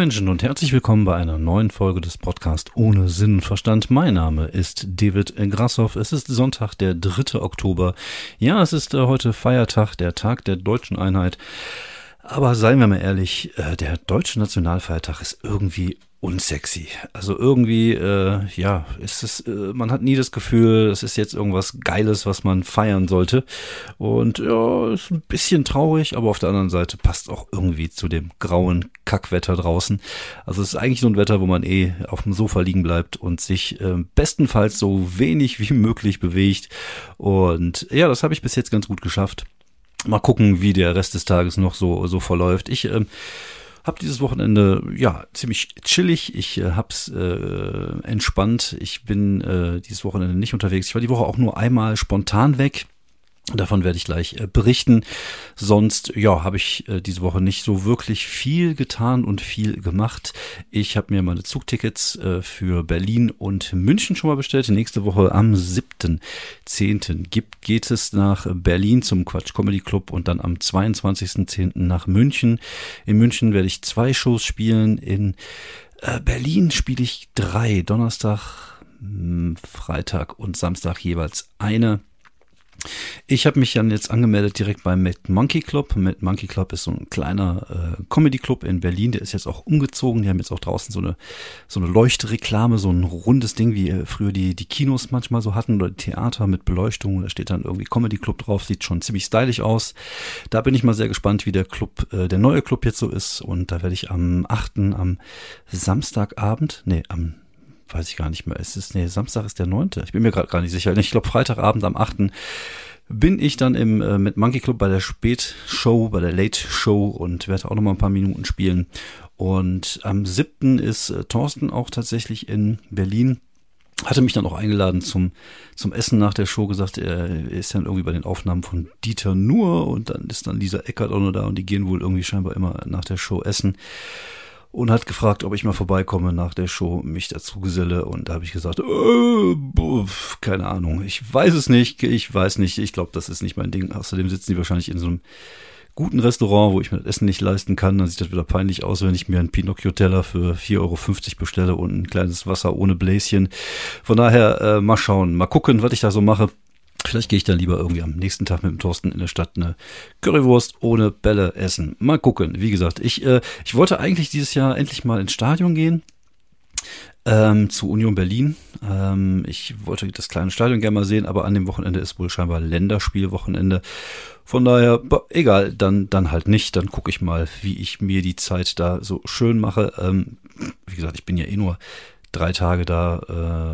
Menschen und herzlich willkommen bei einer neuen Folge des Podcasts Ohne Sinn und Verstand. Mein Name ist David Grassoff. Es ist Sonntag, der 3. Oktober. Ja, es ist heute Feiertag, der Tag der deutschen Einheit. Aber seien wir mal ehrlich, der deutsche Nationalfeiertag ist irgendwie unsexy. Also irgendwie, ist es, man hat nie das Gefühl, es ist jetzt irgendwas Geiles, was man feiern sollte. Und ja, ist ein bisschen traurig, aber auf der anderen Seite passt auch irgendwie zu dem grauen Kackwetter draußen. Also es ist eigentlich so ein Wetter, wo man auf dem Sofa liegen bleibt und sich bestenfalls so wenig wie möglich bewegt. Und ja, das habe ich bis jetzt ganz gut geschafft. Mal gucken, wie der Rest des Tages noch so verläuft. Ich habe dieses Wochenende ziemlich chillig. Ich hab's entspannt. Ich bin dieses Wochenende nicht unterwegs. Ich war die Woche auch nur einmal spontan weg. Davon werde ich gleich berichten. Sonst, habe ich diese Woche nicht so wirklich viel getan und viel gemacht. Ich habe mir meine Zugtickets für Berlin und München schon mal bestellt. Nächste Woche am 7.10. geht es nach Berlin zum Quatsch Comedy Club und dann am 22.10. nach München. In München werde ich 2 Shows spielen. In Berlin spiele ich 3. Donnerstag, Freitag und Samstag jeweils eine. Ich habe mich dann jetzt angemeldet direkt beim Mad Monkey Club. Mad Monkey Club ist so ein kleiner Comedy-Club in Berlin. Der ist jetzt auch umgezogen. Die haben jetzt auch draußen so eine Leuchtreklame, so ein rundes Ding, wie früher die Kinos manchmal so hatten oder Theater mit Beleuchtung. Da steht dann irgendwie Comedy Club drauf. Sieht schon ziemlich stylisch aus. Da bin ich mal sehr gespannt, wie der neue Club jetzt so ist. Und da werde ich am Samstagabend, weiß ich gar nicht mehr. Samstag ist der 9. Ich bin mir gerade gar nicht sicher. Ich glaube, Freitagabend am 8. bin ich dann im Mad Monkey Club bei der Spätshow, bei der Late Show und werde auch noch mal ein paar Minuten spielen. Und am 7. ist Thorsten auch tatsächlich in Berlin. Hatte mich dann auch eingeladen zum Essen nach der Show, gesagt, er ist dann irgendwie bei den Aufnahmen von Dieter Nuhr und dann ist dann Lisa Eckert auch noch da und die gehen wohl irgendwie scheinbar immer nach der Show essen. Und hat gefragt, ob ich mal vorbeikomme nach der Show, mich dazu geselle. Und da habe ich gesagt, keine Ahnung, ich weiß es nicht, ich glaube, das ist nicht mein Ding. Außerdem sitzen die wahrscheinlich in so einem guten Restaurant, wo ich mir das Essen nicht leisten kann. Dann sieht das wieder peinlich aus, wenn ich mir einen Pinocchio-Teller für 4,50 Euro bestelle und ein kleines Wasser ohne Bläschen. Von daher mal schauen, mal gucken, was ich da so mache. Vielleicht gehe ich dann lieber irgendwie am nächsten Tag mit dem Thorsten in der Stadt eine Currywurst ohne Bälle essen. Mal gucken. Wie gesagt, ich wollte eigentlich dieses Jahr endlich mal ins Stadion gehen. Zu Union Berlin. Ich wollte das kleine Stadion gerne mal sehen, aber an dem Wochenende ist wohl scheinbar Länderspielwochenende. Von daher, egal, dann halt nicht. Dann gucke ich mal, wie ich mir die Zeit da so schön mache. Wie gesagt, ich bin ja nur 3 Tage da,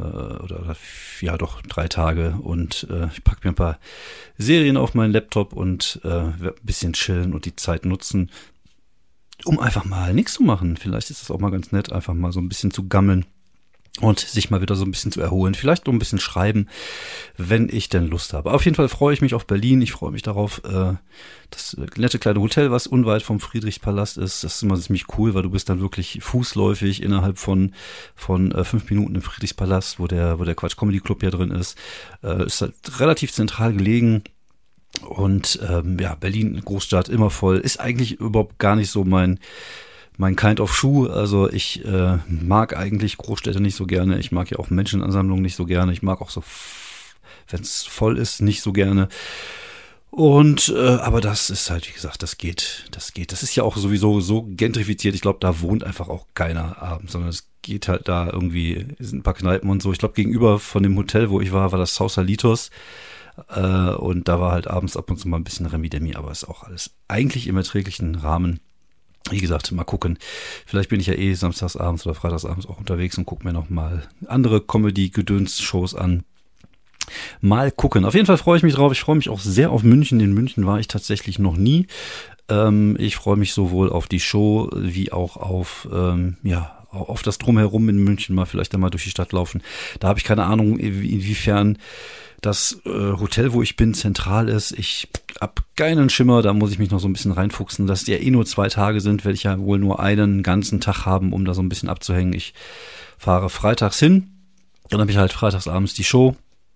3 Tage und ich packe mir ein paar Serien auf meinen Laptop und werde ein bisschen chillen und die Zeit nutzen, um einfach mal nichts zu machen. Vielleicht ist es auch mal ganz nett, einfach mal so ein bisschen zu gammeln und sich mal wieder so ein bisschen zu erholen. Vielleicht noch ein bisschen schreiben, wenn ich denn Lust habe. Auf jeden Fall freue ich mich auf Berlin. Ich freue mich darauf, das nette kleine Hotel, was unweit vom Friedrichspalast ist. Das ist immer ziemlich cool, weil du bist dann wirklich fußläufig innerhalb von 5 Minuten im Friedrichspalast, wo der Quatsch Comedy Club ja drin ist. Ist halt relativ zentral gelegen. Und Berlin, Großstadt, immer voll. Ist eigentlich überhaupt gar nicht so mein Kind of Shoe. Also ich mag eigentlich Großstädte nicht so gerne. Ich mag ja auch Menschenansammlungen nicht so gerne. Ich mag auch so, wenn es voll ist, nicht so gerne. Und aber das ist halt, wie gesagt, das geht. Das ist ja auch sowieso so gentrifiziert. Ich glaube, da wohnt einfach auch keiner abends, sondern es geht halt da irgendwie, sind ein paar Kneipen und so. Ich glaube, gegenüber von dem Hotel, wo ich war das Sausalitos. Und da war halt abends ab und zu mal ein bisschen Remi-Demi, aber ist auch alles eigentlich im erträglichen Rahmen. Wie gesagt, mal gucken. Vielleicht bin ich ja samstagsabends oder freitagsabends auch unterwegs und gucke mir noch mal andere Comedy-Gedöns-Shows an. Mal gucken. Auf jeden Fall freue ich mich drauf. Ich freue mich auch sehr auf München. In München war ich tatsächlich noch nie. Ich freue mich sowohl auf die Show wie auch auf das Drumherum in München, mal vielleicht einmal durch die Stadt laufen. Da habe ich keine Ahnung, inwiefern das Hotel, wo ich bin, zentral ist. Ich hab keinen Schimmer, da muss ich mich noch so ein bisschen reinfuchsen. Dass die ja nur 2 Tage sind, werde ich ja wohl nur einen ganzen Tag haben, um da so ein bisschen abzuhängen. Ich fahre freitags hin, dann habe ich halt freitagsabends die Show.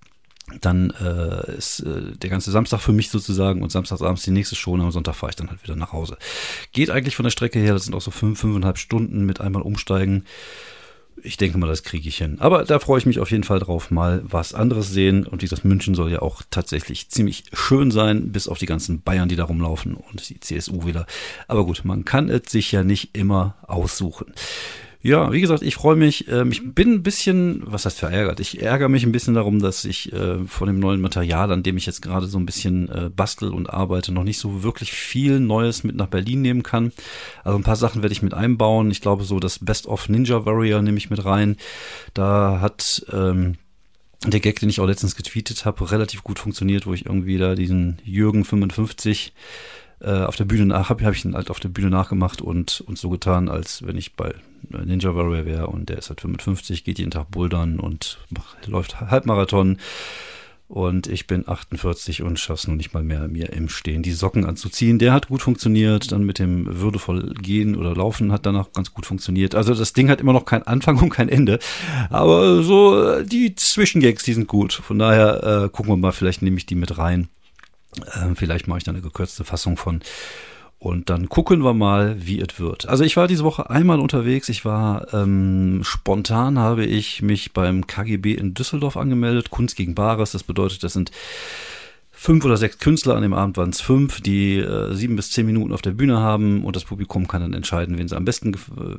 Dann ist der ganze Samstag für mich sozusagen und samstagsabends die nächste Show und am Sonntag fahre ich dann halt wieder nach Hause. Geht eigentlich von der Strecke her, das sind auch so 5,5 Stunden mit einmal umsteigen. Ich denke mal, das kriege ich hin. Aber da freue ich mich auf jeden Fall drauf, mal was anderes sehen. Und das München soll ja auch tatsächlich ziemlich schön sein, bis auf die ganzen Bayern, die da rumlaufen und die CSU wieder. Aber gut, man kann es sich ja nicht immer aussuchen. Ja, wie gesagt, ich freue mich. Ich bin ein bisschen, was heißt verärgert? Ich ärgere mich ein bisschen darum, dass ich von dem neuen Material, an dem ich jetzt gerade so ein bisschen bastel und arbeite, noch nicht so wirklich viel Neues mit nach Berlin nehmen kann. Also ein paar Sachen werde ich mit einbauen. Ich glaube so das Best of Ninja Warrior nehme ich mit rein. Da hat der Gag, den ich auch letztens getweetet habe, relativ gut funktioniert, wo ich irgendwie da diesen Jürgen 55 auf der Bühne habe ich ihn halt auf der Bühne nachgemacht und so getan, als wenn ich bei Ninja Warrior wäre und der ist halt 55, geht jeden Tag bouldern und läuft Halbmarathon und ich bin 48 und schaff's noch nicht mal mehr, mir im Stehen die Socken anzuziehen. Der hat gut funktioniert, dann mit dem würdevoll gehen oder laufen hat danach ganz gut funktioniert. Also das Ding hat immer noch keinen Anfang und kein Ende, aber so die Zwischengags, die sind gut. Von daher gucken wir mal, vielleicht nehme ich die mit rein. Vielleicht mache ich da eine gekürzte Fassung von. Und dann gucken wir mal, wie es wird. Also ich war diese Woche einmal unterwegs. Ich war spontan, habe ich mich beim KGB in Düsseldorf angemeldet. Kunst gegen Bares. Das bedeutet, das sind 5 oder 6 Künstler. An dem Abend waren es 5, die 7 bis 10 Minuten auf der Bühne haben. Und das Publikum kann dann entscheiden, wen sie am besten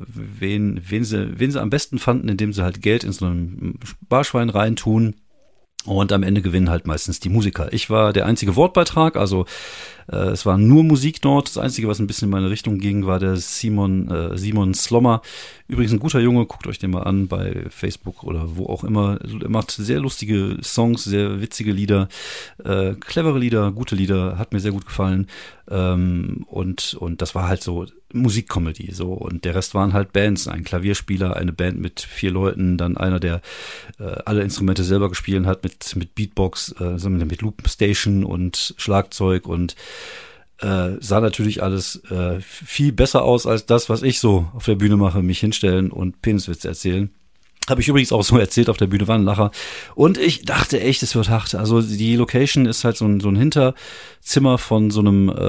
fanden, indem sie halt Geld in so ein Sparschwein reintun. Und am Ende gewinnen halt meistens die Musiker. Ich war der einzige Wortbeitrag, also es war nur Musik dort. Das Einzige, was ein bisschen in meine Richtung ging, war der Simon Slommer. Übrigens ein guter Junge, guckt euch den mal an bei Facebook oder wo auch immer. Er macht sehr lustige Songs, sehr witzige Lieder, clevere Lieder, gute Lieder, hat mir sehr gut gefallen. Und das war halt so Musikcomedy, so. Und der Rest waren halt Bands, ein Klavierspieler, eine Band mit 4 Leuten, dann einer, der alle Instrumente selber gespielt hat mit Beatbox, mit Loopstation und Schlagzeug und sah natürlich alles viel besser aus als das, was ich so auf der Bühne mache, mich hinstellen und Peniswitze erzählen. Habe ich übrigens auch so erzählt auf der Bühne, war ein Lacher. Und ich dachte echt, es wird hart. Also die Location ist halt so ein Hinterzimmer von so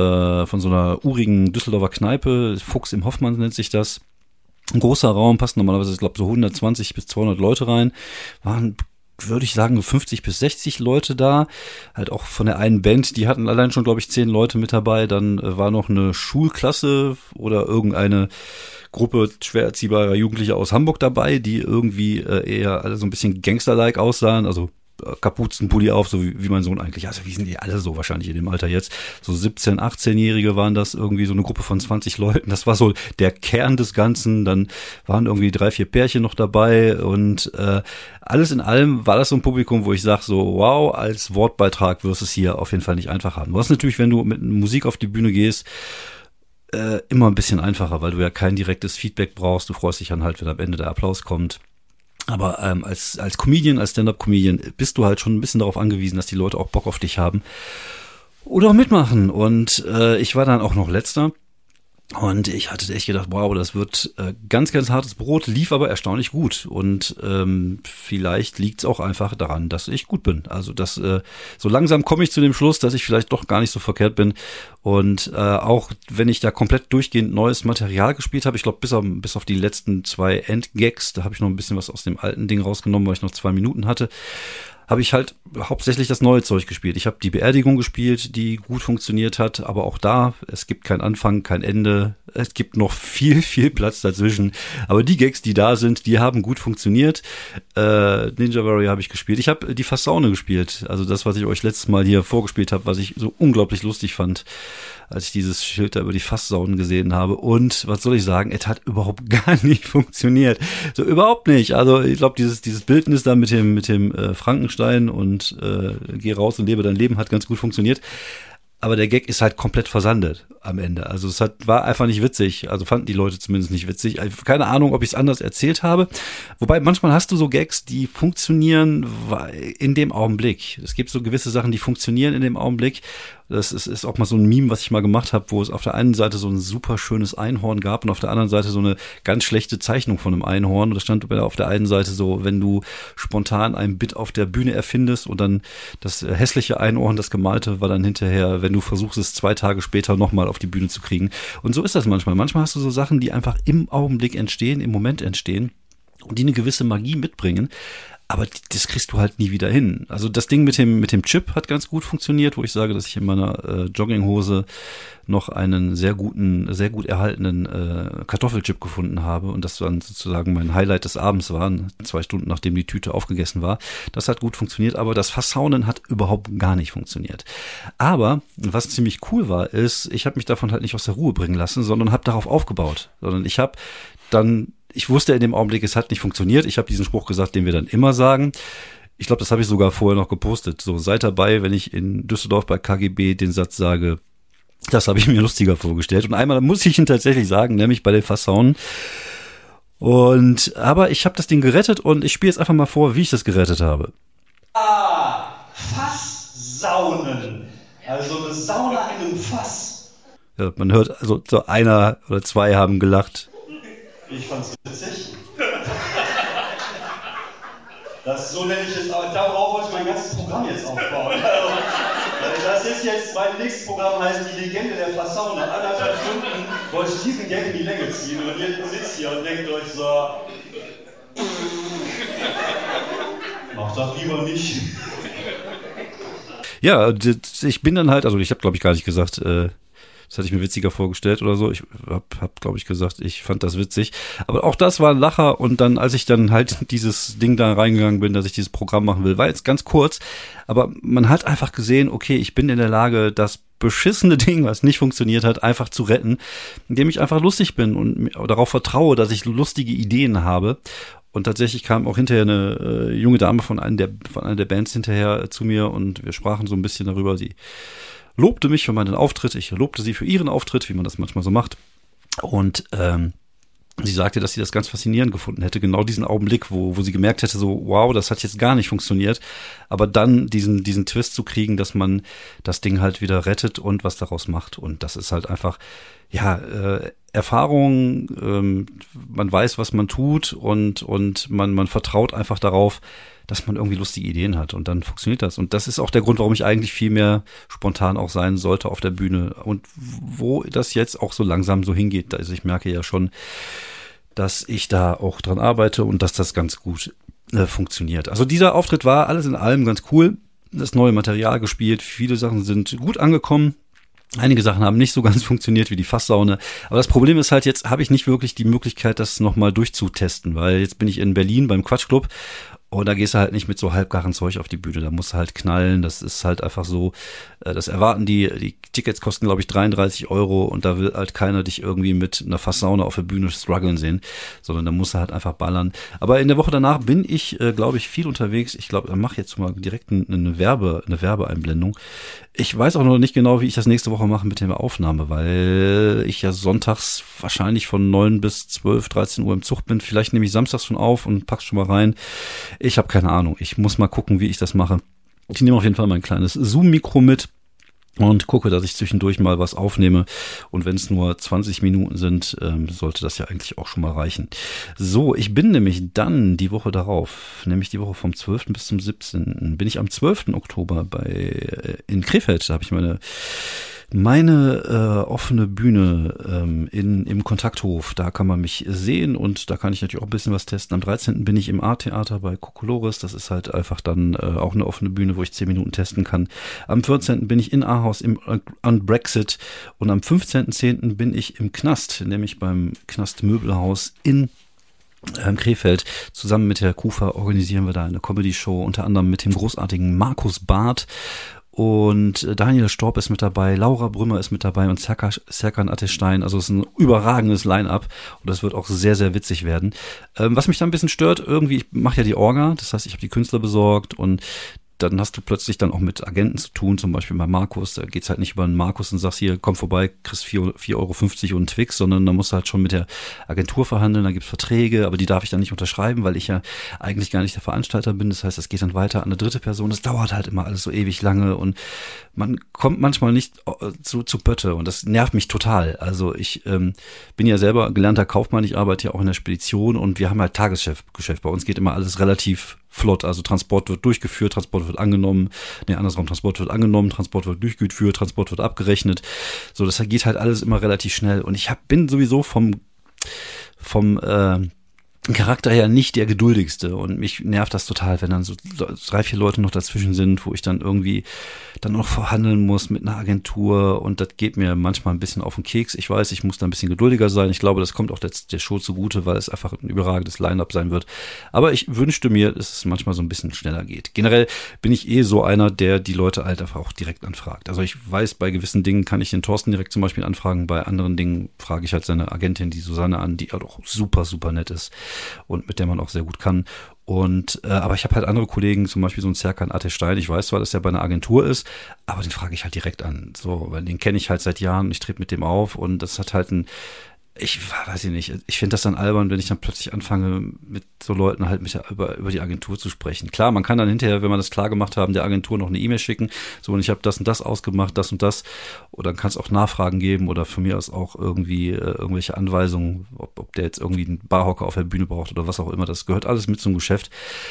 einer urigen Düsseldorfer Kneipe. Fuchs im Hoffmann nennt sich das. Ein großer Raum, passt normalerweise, ich glaube, so 120 bis 200 Leute rein. Waren, würde ich sagen, 50 bis 60 Leute da. Halt auch von der einen Band, die hatten allein schon, glaube ich, 10 Leute mit dabei. Dann war noch eine Schulklasse oder irgendeine Gruppe schwer erziehbarer Jugendlicher aus Hamburg dabei, die irgendwie eher alle so ein bisschen Gangster-like aussahen, also Kapuzenpulli auf, so wie mein Sohn eigentlich. Also wie sind die alle so wahrscheinlich in dem Alter jetzt? So 17-, 18-Jährige waren das, irgendwie so eine Gruppe von 20 Leuten. Das war so der Kern des Ganzen. Dann waren irgendwie 3, 4 Pärchen noch dabei und alles in allem war das so ein Publikum, wo ich sage so, wow, als Wortbeitrag wirst du es hier auf jeden Fall nicht einfach haben. Du hast natürlich, wenn du mit Musik auf die Bühne gehst, immer ein bisschen einfacher, weil du ja kein direktes Feedback brauchst. Du freust dich dann halt, wenn am Ende der Applaus kommt. Aber als Comedian, als Stand-up-Comedian bist du halt schon ein bisschen darauf angewiesen, dass die Leute auch Bock auf dich haben oder auch mitmachen. Und ich war dann auch noch Letzter. Und ich hatte echt gedacht, wow, das wird ganz, ganz hartes Brot, lief aber erstaunlich gut. Und vielleicht liegt's auch einfach daran, dass ich gut bin. Also so langsam komme ich zu dem Schluss, dass ich vielleicht doch gar nicht so verkehrt bin. Und auch wenn ich da komplett durchgehend neues Material gespielt habe, ich glaube bis auf die letzten 2 Endgags, da habe ich noch ein bisschen was aus dem alten Ding rausgenommen, weil ich noch 2 Minuten hatte, habe ich halt hauptsächlich das neue Zeug gespielt. Ich habe die Beerdigung gespielt, die gut funktioniert hat, aber auch da, es gibt keinen Anfang, kein Ende, es gibt noch viel, viel Platz dazwischen. Aber die Gags, die da sind, die haben gut funktioniert. Ninja Warrior habe ich gespielt. Ich habe die Fassaune gespielt, also das, was ich euch letztes Mal hier vorgespielt habe, was ich so unglaublich lustig fand, als ich dieses Schild da über die Fasssaunen gesehen habe. Und was soll ich sagen, es hat überhaupt gar nicht funktioniert. So überhaupt nicht. Also ich glaube, dieses Bildnis da mit dem Frankenstein und geh raus und lebe dein Leben hat ganz gut funktioniert. Aber der Gag ist halt komplett versandet am Ende. Also war einfach nicht witzig. Also fanden die Leute zumindest nicht witzig. Keine Ahnung, ob ich es anders erzählt habe. Wobei manchmal hast du so Gags, die funktionieren in dem Augenblick. Es gibt so gewisse Sachen, die funktionieren in dem Augenblick. Das ist auch mal so ein Meme, was ich mal gemacht habe, wo es auf der einen Seite so ein super schönes Einhorn gab und auf der anderen Seite so eine ganz schlechte Zeichnung von einem Einhorn. Und da stand auf der einen Seite so, wenn du spontan ein Bit auf der Bühne erfindest und dann das hässliche Einhorn, das gemalte, war dann hinterher, wenn du versuchst, es 2 Tage später nochmal auf die Bühne zu kriegen. Und so ist das manchmal. Manchmal hast du so Sachen, die einfach im Augenblick entstehen, im Moment entstehen und die eine gewisse Magie mitbringen. Aber das kriegst du halt nie wieder hin. Also das Ding mit dem Chip hat ganz gut funktioniert, wo ich sage, dass ich in meiner Jogginghose noch einen sehr gut erhaltenen Kartoffelchip gefunden habe und das dann sozusagen mein Highlight des Abends war, 2 Stunden nachdem die Tüte aufgegessen war. Das hat gut funktioniert, aber das Versaunen hat überhaupt gar nicht funktioniert. Aber was ziemlich cool war, ist, ich habe mich davon halt nicht aus der Ruhe bringen lassen, sondern habe darauf aufgebaut. Sondern ich wusste in dem Augenblick, es hat nicht funktioniert. Ich habe diesen Spruch gesagt, den wir dann immer sagen. Ich glaube, das habe ich sogar vorher noch gepostet. So, seid dabei, wenn ich in Düsseldorf bei KGB den Satz sage, das habe ich mir lustiger vorgestellt. Und einmal muss ich ihn tatsächlich sagen, nämlich bei den Versaunen. Aber ich habe das Ding gerettet und ich spiele jetzt einfach mal vor, wie ich das gerettet habe. Fasssaunen. Also eine Sauna in einem Fass. Ja, man hört, also so einer oder 2 haben gelacht. Ich fand's witzig. So nenne ich es, aber darauf wollte ich mein ganzes Programm jetzt aufbauen. Also, das ist jetzt, mein nächstes Programm heißt Die Legende der Fassaune. 1,5 Stunden wollte ich diesen Gag in die Länge ziehen und ihr sitzt hier und denkt euch so, mach das lieber nicht. Ja, ich bin dann halt, also ich habe glaube ich gar nicht gesagt, das hatte ich mir witziger vorgestellt oder so. Ich hab glaube ich, gesagt, ich fand das witzig. Aber auch das war ein Lacher. Und dann, als ich dann halt dieses Ding da reingegangen bin, dass ich dieses Programm machen will, war jetzt ganz kurz. Aber man hat einfach gesehen, okay, ich bin in der Lage, das beschissene Ding, was nicht funktioniert hat, einfach zu retten, indem ich einfach lustig bin und darauf vertraue, dass ich lustige Ideen habe. Und tatsächlich kam auch hinterher eine junge Dame von einer der Bands hinterher zu mir und wir sprachen so ein bisschen darüber. Sie lobte mich für meinen Auftritt, ich lobte sie für ihren Auftritt, wie man das manchmal so macht. Und sie sagte, dass sie das ganz faszinierend gefunden hätte, genau diesen Augenblick, wo sie gemerkt hätte, so wow, das hat jetzt gar nicht funktioniert. Aber dann diesen Twist zu kriegen, dass man das Ding halt wieder rettet und was daraus macht. Und das ist halt einfach, ja, Erfahrung, man weiß, was man tut und man vertraut einfach darauf, dass man irgendwie lustige Ideen hat und dann funktioniert das. Und das ist auch der Grund, warum ich eigentlich viel mehr spontan auch sein sollte auf der Bühne und wo das jetzt auch so langsam so hingeht. Also ich merke ja schon, dass ich da auch dran arbeite und dass das ganz gut funktioniert. Also dieser Auftritt war alles in allem ganz cool. Das neue Material gespielt, viele Sachen sind gut angekommen. Einige Sachen haben nicht so ganz funktioniert wie die Fasssaune. Aber das Problem ist halt, jetzt habe ich nicht wirklich die Möglichkeit, das nochmal durchzutesten, weil jetzt bin ich in Berlin beim Quatschclub und da gehst du halt nicht mit so halbgaren Zeug auf die Bühne. Da musst du halt knallen. Das ist halt einfach so, das erwarten die Tickets kosten, glaube ich, 33 € und da will halt keiner dich irgendwie mit einer Fasssaune auf der Bühne strugglen sehen, sondern da musst du halt einfach ballern. Aber in der Woche danach bin ich, glaube ich, viel unterwegs. Ich glaube, ich mache jetzt mal direkt eine Werbeeinblendung. Ich weiß auch noch nicht genau, wie ich das nächste Woche mache mit der Aufnahme, weil ich ja sonntags wahrscheinlich von 9 bis 12, 13 Uhr im Zug bin. Vielleicht nehme ich samstags schon auf und pack's schon mal rein. Ich habe keine Ahnung. Ich muss mal gucken, wie ich das mache. Ich nehme auf jeden Fall mein kleines Zoom-Mikro mit und gucke, dass ich zwischendurch mal was aufnehme. Und wenn es nur 20 Minuten sind, sollte das ja eigentlich auch schon mal reichen. So, ich bin nämlich dann die Woche darauf, nämlich die Woche vom 12. bis zum 17. bin ich am 12. Oktober in Krefeld. Da habe ich meine offene Bühne im Kontakthof. Da kann man mich sehen und da kann ich natürlich auch ein bisschen was testen. Am 13. bin ich im A-Theater bei Kokolores. Das ist halt einfach dann auch eine offene Bühne, wo ich 10 Minuten testen kann. Am 14. bin ich in Ahaus an Brexit und am 15.10. bin ich im Knast, nämlich beim Knast Möbelhaus in Krefeld. Zusammen mit der KUFA organisieren wir da eine Comedy-Show, unter anderem mit dem großartigen Markus Barth. Und Daniel Storb ist mit dabei, Laura Brümmer ist mit dabei und Serkan Ateşstein. Also es ist ein überragendes Line-Up und das wird auch sehr, sehr witzig werden. Was mich da ein bisschen stört, irgendwie, ich mache ja die Orga, das heißt, ich habe die Künstler besorgt und dann hast du plötzlich dann auch mit Agenten zu tun, zum Beispiel bei Markus. Da geht's halt nicht über einen Markus und sagst hier, komm vorbei, kriegst 4,50 Euro und einen Twix, sondern da musst du halt schon mit der Agentur verhandeln, da gibt's Verträge, aber die darf ich dann nicht unterschreiben, weil ich ja eigentlich gar nicht der Veranstalter bin. Das heißt, das geht dann weiter an eine dritte Person. Das dauert halt immer alles so ewig lange und man kommt manchmal nicht zu Pötte und das nervt mich total. Also ich bin ja selber gelernter Kaufmann, ich arbeite ja auch in der Spedition und wir haben halt Tagesgeschäft. Bei uns geht immer alles relativ flott. Also Transport wird durchgeführt, Transport wird angenommen, Transport wird angenommen, Transport wird durchgeführt, Transport wird abgerechnet. So, das geht halt alles immer relativ schnell. Und ich bin sowieso vom Charakter her nicht der geduldigste und mich nervt das total, wenn dann so 3, 4 Leute noch dazwischen sind, wo ich dann irgendwie dann noch verhandeln muss mit einer Agentur und das geht mir manchmal ein bisschen auf den Keks. Ich weiß, ich muss da ein bisschen geduldiger sein. Ich glaube, das kommt auch der Show zugute, weil es einfach ein überragendes Line-Up sein wird. Aber ich wünschte mir, dass es manchmal so ein bisschen schneller geht. Generell bin ich so einer, der die Leute halt einfach auch direkt anfragt. Also ich weiß, bei gewissen Dingen kann ich den Thorsten direkt zum Beispiel anfragen, bei anderen Dingen frage ich halt seine Agentin, die Susanne, an, die halt auch super, super nett ist und mit der man auch sehr gut kann. Und aber ich habe halt andere Kollegen, zum Beispiel so einen Serkan Ateş-Stein, ich weiß zwar, dass er bei einer Agentur ist, aber den frage ich halt direkt an. So, weil den kenne ich halt seit Jahren, ich trete mit dem auf und das hat halt ich weiß nicht, ich finde das dann albern, wenn ich dann plötzlich anfange, mit so Leuten halt über die Agentur zu sprechen. Klar, man kann dann hinterher, wenn man das klar gemacht haben, der Agentur noch eine E-Mail schicken, so und ich habe das und das ausgemacht, das und das, oder dann kann es auch Nachfragen geben oder von mir aus auch irgendwie irgendwelche Anweisungen, ob der jetzt irgendwie einen Barhocker auf der Bühne braucht oder was auch immer, das gehört alles mit zum Geschäft.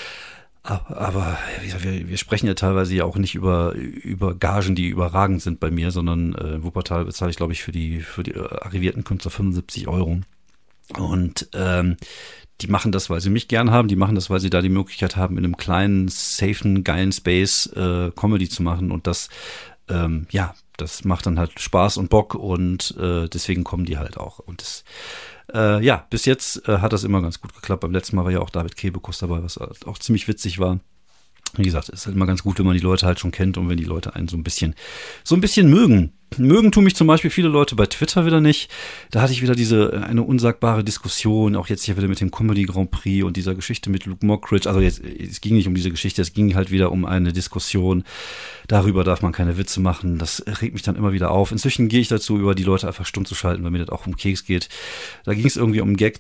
Aber wie gesagt, wir sprechen ja teilweise ja auch nicht über Gagen, die überragend sind bei mir, sondern Wuppertal bezahle ich, glaube ich, für die arrivierten Künstler 75 Euro. Und die machen das, weil sie mich gern haben, die machen das, weil sie da die Möglichkeit haben, in einem kleinen, safen, geilen Space Comedy zu machen. Und das das macht dann halt Spaß und Bock und deswegen kommen die halt auch. Und das bis jetzt hat das immer ganz gut geklappt. Beim letzten Mal war ja auch David Kebekus dabei, was auch ziemlich witzig war. Wie gesagt, es ist halt immer ganz gut, wenn man die Leute halt schon kennt und wenn die Leute einen so ein bisschen mögen. Mögen tun mich zum Beispiel viele Leute bei Twitter wieder nicht. Da hatte ich wieder eine unsagbare Diskussion, auch jetzt hier wieder mit dem Comedy Grand Prix und dieser Geschichte mit Luke Mockridge. Also es ging nicht um diese Geschichte, es ging halt wieder um eine Diskussion. Darüber darf man keine Witze machen. Das regt mich dann immer wieder auf. Inzwischen gehe ich dazu, über die Leute einfach stumm zu schalten, weil mir das auch um Keks geht. Da ging es irgendwie um einen Gag,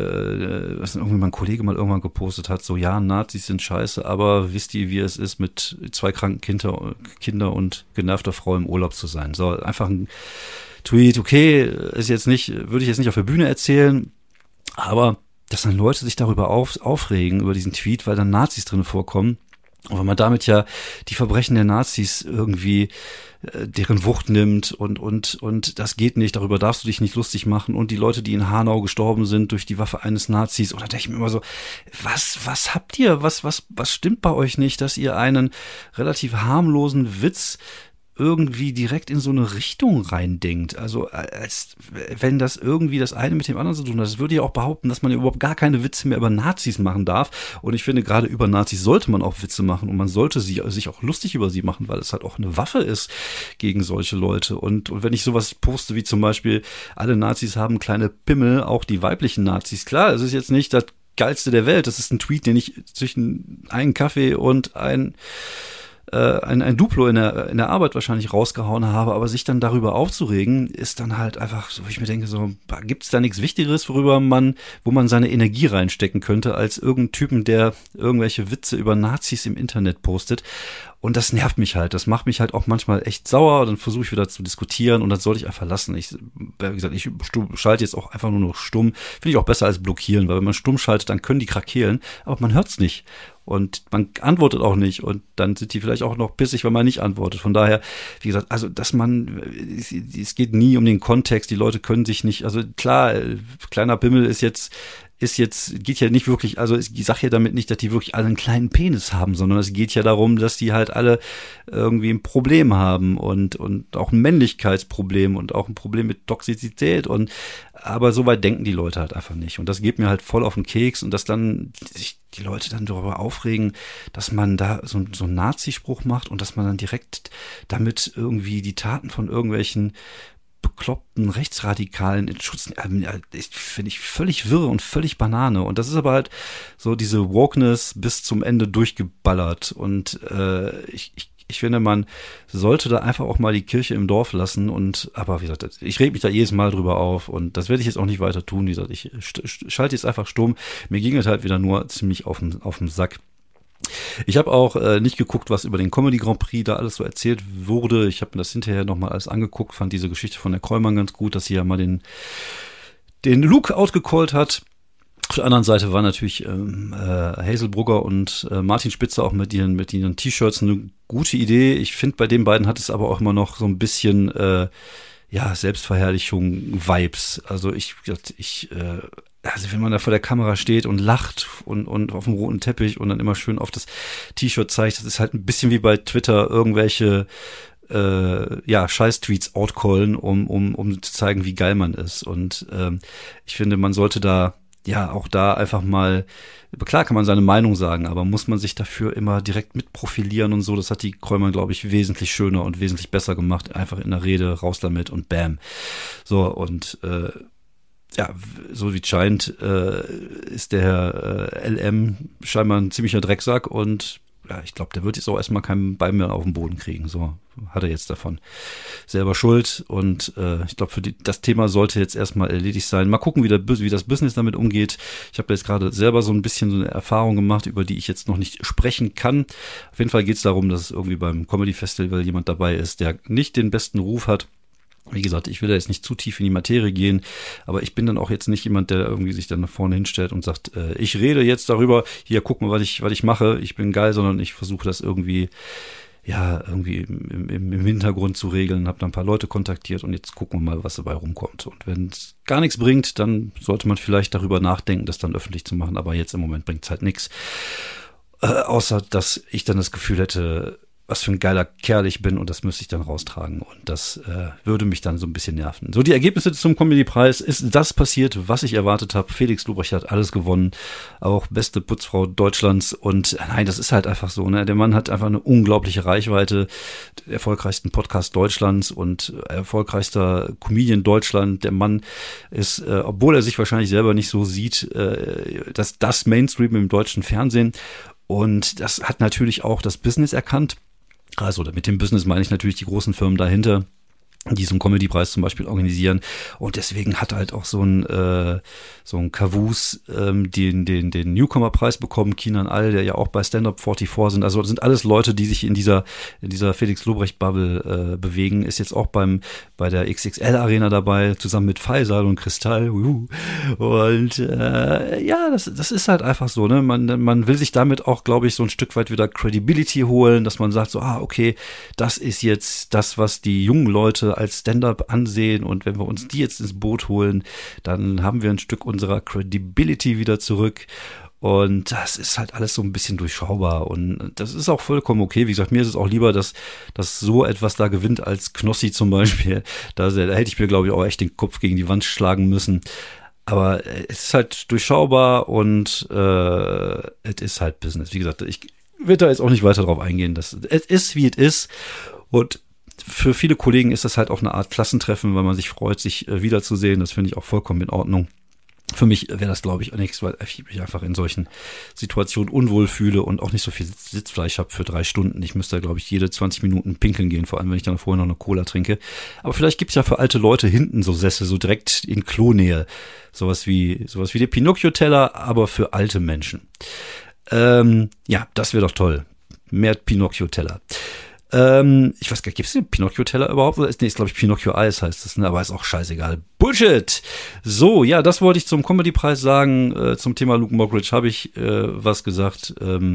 was dann irgendwie mein Kollege mal irgendwann gepostet hat. So, ja, Nazis sind scheiße, aber wisst ihr, wie es ist, mit 2 kranken Kinder und genervter Frau im Urlaub zu sein? So, einfach ein Tweet, okay, würde ich jetzt nicht auf der Bühne erzählen, aber dass dann Leute sich darüber aufregen, über diesen Tweet, weil dann Nazis drin vorkommen und wenn man damit ja die Verbrechen der Nazis irgendwie deren Wucht nimmt und das geht nicht, darüber darfst du dich nicht lustig machen und die Leute, die in Hanau gestorben sind durch die Waffe eines Nazis, und da denke ich mir immer so, was habt ihr, was stimmt bei euch nicht, dass ihr einen relativ harmlosen Witz irgendwie direkt in so eine Richtung reindenkt. Also als wenn das irgendwie das eine mit dem anderen zu tun hat. Das würde ja auch behaupten, dass man ja überhaupt gar keine Witze mehr über Nazis machen darf. Und ich finde, gerade über Nazis sollte man auch Witze machen und man sollte sich auch lustig über sie machen, weil es halt auch eine Waffe ist gegen solche Leute. Und wenn ich sowas poste wie zum Beispiel, alle Nazis haben kleine Pimmel, auch die weiblichen Nazis. Klar, es ist jetzt nicht das Geilste der Welt. Das ist ein Tweet, den ich zwischen einen Kaffee und ein Duplo in der Arbeit wahrscheinlich rausgehauen habe, aber sich dann darüber aufzuregen, ist dann halt einfach, so, wo ich mir denke, so, gibt's da nichts Wichtigeres, wo man seine Energie reinstecken könnte, als irgendein Typen, der irgendwelche Witze über Nazis im Internet postet. Und das nervt mich halt. Das macht mich halt auch manchmal echt sauer. Dann versuche ich wieder zu diskutieren und das sollte ich einfach lassen. Wie gesagt, ich schalte jetzt auch einfach nur noch stumm. Finde ich auch besser als blockieren, weil wenn man stumm schaltet, dann können die krakeelen, aber man hört's nicht. Und man antwortet auch nicht. Und dann sind die vielleicht auch noch pissig, wenn man nicht antwortet. Von daher, wie gesagt, also, es geht nie um den Kontext. Die Leute können sich nicht, also klar, kleiner Pimmel geht ja nicht wirklich, also ich sage ja damit nicht, dass die wirklich alle einen kleinen Penis haben, sondern es geht ja darum, dass die halt alle irgendwie ein Problem haben und auch ein Männlichkeitsproblem und auch ein Problem mit Toxizität aber so weit denken die Leute halt einfach nicht und das geht mir halt voll auf den Keks und dass dann sich die Leute dann darüber aufregen, dass man da so einen Nazispruch macht und dass man dann direkt damit irgendwie die Taten von irgendwelchen bekloppten Rechtsradikalen in Schutz, finde ich völlig wirr und völlig Banane. Und das ist aber halt so diese Wokeness bis zum Ende durchgeballert. Und ich finde, man sollte da einfach auch mal die Kirche im Dorf lassen. Aber wie gesagt, ich reg mich da jedes Mal drüber auf und das werde ich jetzt auch nicht weiter tun. Wie gesagt, ich schalte jetzt einfach stumm. Mir ging es halt wieder nur ziemlich auf den Sack. Ich habe auch nicht geguckt, was über den Comedy Grand Prix da alles so erzählt wurde. Ich habe mir das hinterher nochmal alles angeguckt, fand diese Geschichte von der Krollmann ganz gut, dass sie ja mal den Luke outgecallt hat. Auf der anderen Seite war natürlich Hazelbrugger und Martin Spitzer auch mit ihren T-Shirts eine gute Idee. Ich finde, bei den beiden hat es aber auch immer noch so ein bisschen Selbstverherrlichung-Vibes. Also also wenn man da vor der Kamera steht und lacht und auf dem roten Teppich und dann immer schön auf das T-Shirt zeigt, das ist halt ein bisschen wie bei Twitter irgendwelche Scheiß-Tweets outcallen, um zu zeigen, wie geil man ist. Und ich finde, man sollte da auch da einfach mal, klar kann man seine Meinung sagen, aber muss man sich dafür immer direkt mitprofilieren und so, das hat die Krollmann, glaube ich, wesentlich schöner und wesentlich besser gemacht. Einfach in der Rede, raus damit und bam. So, und so wie es scheint, ist der Herr LM scheinbar ein ziemlicher Drecksack und ich glaube, der wird jetzt auch erstmal keinen Bein mehr auf den Boden kriegen. So hat er jetzt davon. Selber schuld und ich glaube, das Thema sollte jetzt erstmal erledigt sein. Mal gucken, wie das Business damit umgeht. Ich habe jetzt gerade selber so ein bisschen so eine Erfahrung gemacht, über die ich jetzt noch nicht sprechen kann. Auf jeden Fall geht es darum, dass es irgendwie beim Comedy Festival jemand dabei ist, der nicht den besten Ruf hat. Wie gesagt, ich will da jetzt nicht zu tief in die Materie gehen, aber ich bin dann auch jetzt nicht jemand, der irgendwie sich dann nach vorne hinstellt und sagt, ich rede jetzt darüber, hier, guck mal, was ich mache, ich bin geil, sondern ich versuche das irgendwie im Hintergrund zu regeln, habe da ein paar Leute kontaktiert und jetzt gucken wir mal, was dabei rumkommt. Und wenn es gar nichts bringt, dann sollte man vielleicht darüber nachdenken, das dann öffentlich zu machen, aber jetzt im Moment bringt es halt nichts. Außer, dass ich dann das Gefühl hätte, was für ein geiler Kerl ich bin und das müsste ich dann raustragen und das würde mich dann so ein bisschen nerven. So, die Ergebnisse zum Comedy-Preis, ist das passiert, was ich erwartet habe. Felix Lobrecht hat alles gewonnen, auch beste Putzfrau Deutschlands und nein, das ist halt einfach so, ne? Der Mann hat einfach eine unglaubliche Reichweite, der erfolgreichsten Podcast Deutschlands und erfolgreichster Comedian Deutschland. Der Mann ist, obwohl er sich wahrscheinlich selber nicht so sieht, das Mainstream im deutschen Fernsehen und das hat natürlich auch das Business erkannt. Also mit dem Business meine ich natürlich die großen Firmen dahinter, die so einen Comedy-Preis zum Beispiel organisieren. Und deswegen hat halt auch so ein Cavus den Newcomer-Preis bekommen, Kinan All, der ja auch bei Stand-Up 44 sind. Also das sind alles Leute, die sich in dieser Felix Lobrecht-Bubble bewegen. Ist jetzt auch bei der XXL-Arena dabei, zusammen mit Faisal und Kristall. Und das ist halt einfach so, ne? Man will sich damit auch, glaube ich, so ein Stück weit wieder Credibility holen, dass man sagt so, okay, das ist jetzt das, was die jungen Leute als Stand-Up ansehen und wenn wir uns die jetzt ins Boot holen, dann haben wir ein Stück unserer Credibility wieder zurück und das ist halt alles so ein bisschen durchschaubar und das ist auch vollkommen okay. Wie gesagt, mir ist es auch lieber, dass so etwas da gewinnt als Knossi zum Beispiel. Da hätte ich mir, glaube ich, auch echt den Kopf gegen die Wand schlagen müssen. Aber es ist halt durchschaubar und es ist halt Business. Wie gesagt, ich will da jetzt auch nicht weiter drauf eingehen. Es ist, wie es ist und für viele Kollegen ist das halt auch eine Art Klassentreffen, weil man sich freut, sich wiederzusehen. Das finde ich auch vollkommen in Ordnung. Für mich wäre das, glaube ich, nichts, weil ich mich einfach in solchen Situationen unwohl fühle und auch nicht so viel Sitzfleisch habe für 3 Stunden. Ich müsste, glaube ich, jede 20 Minuten pinkeln gehen, vor allem, wenn ich dann vorher noch eine Cola trinke. Aber vielleicht gibt's ja für alte Leute hinten so Sessel, so direkt in Klonähe. Sowas wie der Pinocchio-Teller, aber für alte Menschen. Das wäre doch toll. Mehr Pinocchio-Teller. Ich weiß gar nicht, gibt es den Pinocchio-Teller überhaupt? Ist glaube ich, Pinocchio-Eis heißt es, ne? Aber ist auch scheißegal. Bullshit! So, ja, das wollte ich zum Comedy-Preis sagen. Zum Thema Luke Mockridge habe ich was gesagt.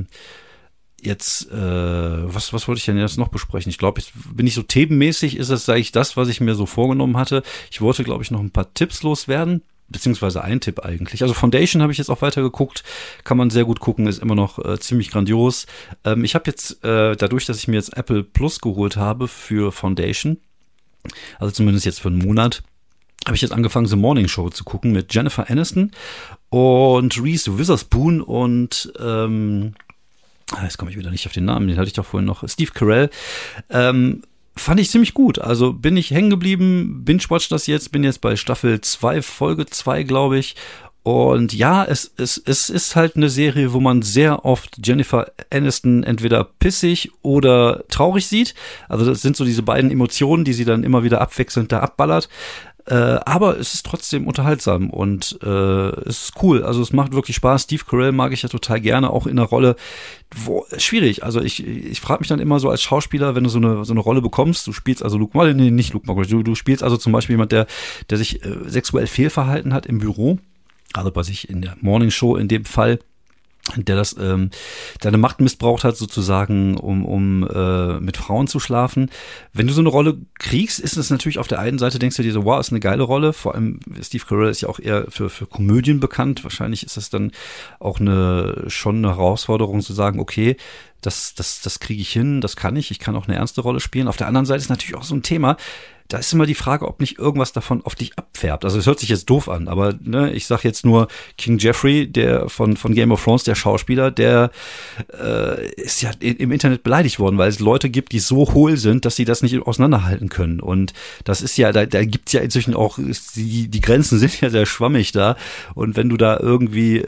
Was wollte ich denn jetzt noch besprechen? Ich glaube, bin ich so themenmäßig, ist das eigentlich das, was ich mir so vorgenommen hatte. Ich wollte, glaube ich, noch ein paar Tipps loswerden. Beziehungsweise ein Tipp eigentlich. Also Foundation habe ich jetzt auch weiter geguckt. Kann man sehr gut gucken, ist immer noch ziemlich grandios. Ich habe jetzt, dadurch, dass ich mir jetzt Apple Plus geholt habe für Foundation, also zumindest jetzt für einen Monat, habe ich jetzt angefangen, The Morning Show zu gucken mit Jennifer Aniston und Reese Witherspoon und jetzt komme ich wieder nicht auf den Namen, den hatte ich doch vorhin noch, Steve Carell. fand ich ziemlich gut. Also bin ich hängen geblieben, binge-watch das jetzt, bin jetzt bei Staffel 2, Folge 2, glaube ich. Und ja, es ist halt eine Serie, wo man sehr oft Jennifer Aniston entweder pissig oder traurig sieht. Also das sind so diese beiden Emotionen, die sie dann immer wieder abwechselnd da abballert. Aber es ist trotzdem unterhaltsam und es ist cool. Also es macht wirklich Spaß. Steve Carell mag ich ja total gerne, auch in einer Rolle, wo schwierig. Also ich frage mich dann immer so als Schauspieler, wenn du so eine Rolle bekommst, du spielst also nicht Luke Mockridge, du spielst also zum Beispiel jemand, der sich sexuell fehlverhalten hat im Büro. Also bei sich in der Morning Show in dem Fall, der das seine Macht missbraucht hat sozusagen, um mit Frauen zu schlafen. Wenn du so eine Rolle kriegst, ist es natürlich auf der einen Seite, denkst du dir so, wow, ist eine geile Rolle. Vor allem Steve Carell ist ja auch eher für Komödien bekannt. Wahrscheinlich ist das dann auch schon eine Herausforderung zu sagen, okay, das kriege ich hin, das kann ich kann auch eine ernste Rolle spielen. Auf der anderen Seite ist natürlich auch so ein Thema, da ist immer die Frage, ob nicht irgendwas davon auf dich abfärbt. Also es hört sich jetzt doof an, aber ne, ich sag jetzt nur King Jeffrey, der von Game of Thrones, der Schauspieler, der ist ja im Internet beleidigt worden, weil es Leute gibt, die so hohl sind, dass sie das nicht auseinanderhalten können. Und das ist ja, da gibt's ja inzwischen auch, die Grenzen sind ja sehr schwammig da. Und wenn du da irgendwie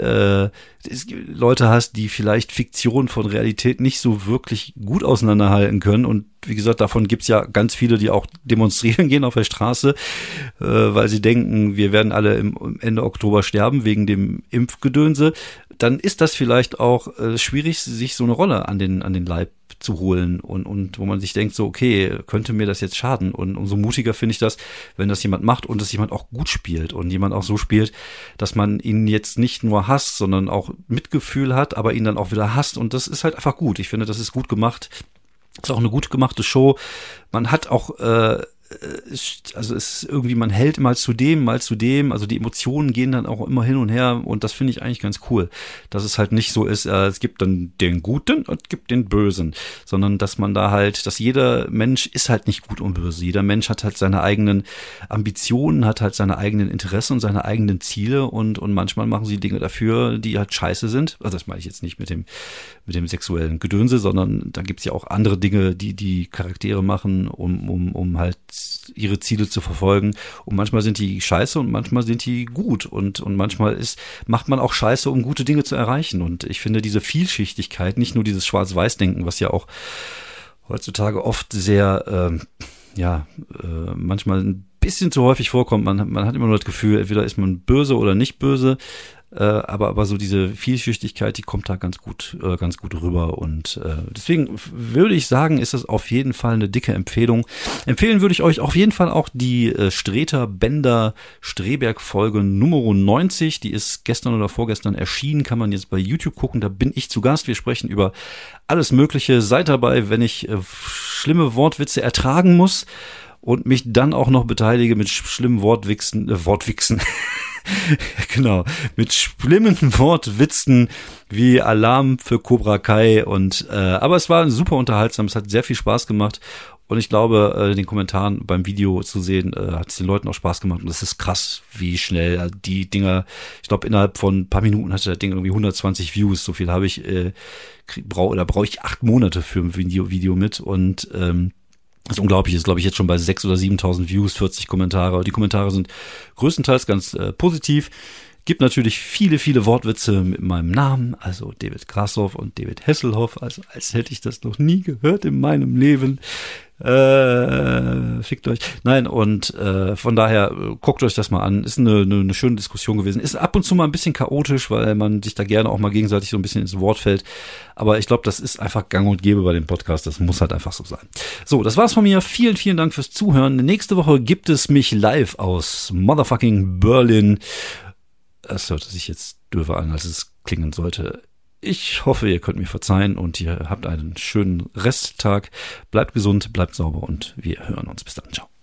Leute hast, die vielleicht Fiktion von Realität nicht so wirklich gut auseinanderhalten können, und wie gesagt, davon gibt's ja ganz viele, die auch demonstrieren gehen auf der Straße, weil sie denken, wir werden alle im Ende Oktober sterben wegen dem Impfgedönse, dann ist das vielleicht auch schwierig, sich so eine Rolle an den Leib zu holen und wo man sich denkt, so okay, könnte mir das jetzt schaden? Und umso mutiger finde ich das, wenn das jemand macht und es jemand auch gut spielt und jemand auch so spielt, dass man ihn jetzt nicht nur hasst, sondern auch Mitgefühl hat, aber ihn dann auch wieder hasst, und das ist halt einfach gut. Ich finde, das ist gut gemacht. Ist auch eine gut gemachte Show. Man hat auch, also es ist irgendwie, man hält mal zu dem, also die Emotionen gehen dann auch immer hin und her, und das finde ich eigentlich ganz cool, dass es halt nicht so ist, es gibt dann den Guten und es gibt den Bösen, sondern dass man da halt, dass jeder Mensch ist halt nicht gut und böse, jeder Mensch hat halt seine eigenen Ambitionen, hat halt seine eigenen Interessen und seine eigenen Ziele, und manchmal machen sie Dinge dafür, die halt scheiße sind. Also das meine ich jetzt nicht mit dem sexuellen Gedönse, sondern da gibt's ja auch andere Dinge, die Charaktere machen, um halt ihre Ziele zu verfolgen. Und manchmal sind die scheiße und manchmal sind die gut. Und manchmal macht man auch Scheiße, um gute Dinge zu erreichen. Und ich finde diese Vielschichtigkeit, nicht nur dieses Schwarz-Weiß-Denken, was ja auch heutzutage oft sehr, manchmal ein bisschen zu häufig vorkommt. Man hat immer nur das Gefühl, entweder ist man böse oder nicht böse. Aber so diese Vielschichtigkeit, die kommt da ganz gut rüber, und deswegen würde ich sagen, ist das auf jeden Fall eine dicke Empfehlung. Empfehlen würde ich euch auf jeden Fall auch die Streter-Bender-Streberg-Folge Nummer 90, die ist gestern oder vorgestern erschienen, kann man jetzt bei YouTube gucken, da bin ich zu Gast, wir sprechen über alles Mögliche, seid dabei, wenn ich schlimme Wortwitze ertragen muss und mich dann auch noch beteilige mit schlimmen Wortwichsen. Genau, mit schlimmen Wortwitzen wie Alarm für Cobra Kai, und aber es war super unterhaltsam, es hat sehr viel Spaß gemacht, und ich glaube, den Kommentaren beim Video zu sehen, hat es den Leuten auch Spaß gemacht, und es ist krass, wie schnell die Dinger, ich glaube innerhalb von ein paar Minuten hatte das Ding irgendwie 120 Views, so viel habe ich, brauche ich 8 Monate für ein Video mit, und das Unglaubliche ist, glaube ich, jetzt schon bei 6.000 oder 7.000 Views, 40 Kommentare. Die Kommentare sind größtenteils ganz positiv. Gibt natürlich viele, viele Wortwitze mit meinem Namen, also David Grassoff und David Hasselhoff, also als hätte ich das noch nie gehört in meinem Leben. Fickt euch. Nein, und von daher guckt euch das mal an. Ist eine schöne Diskussion gewesen. Ist ab und zu mal ein bisschen chaotisch, weil man sich da gerne auch mal gegenseitig so ein bisschen ins Wort fällt. Aber ich glaube, das ist einfach gang und gäbe bei dem Podcast. Das muss halt einfach so sein. So, das war's von mir. Vielen, vielen Dank fürs Zuhören. Nächste Woche gibt es mich live aus motherfucking Berlin. Es hört sich jetzt döver an, als es klingen sollte. Ich hoffe, ihr könnt mir verzeihen und ihr habt einen schönen Resttag. Bleibt gesund, bleibt sauber, und wir hören uns. Bis dann. Ciao.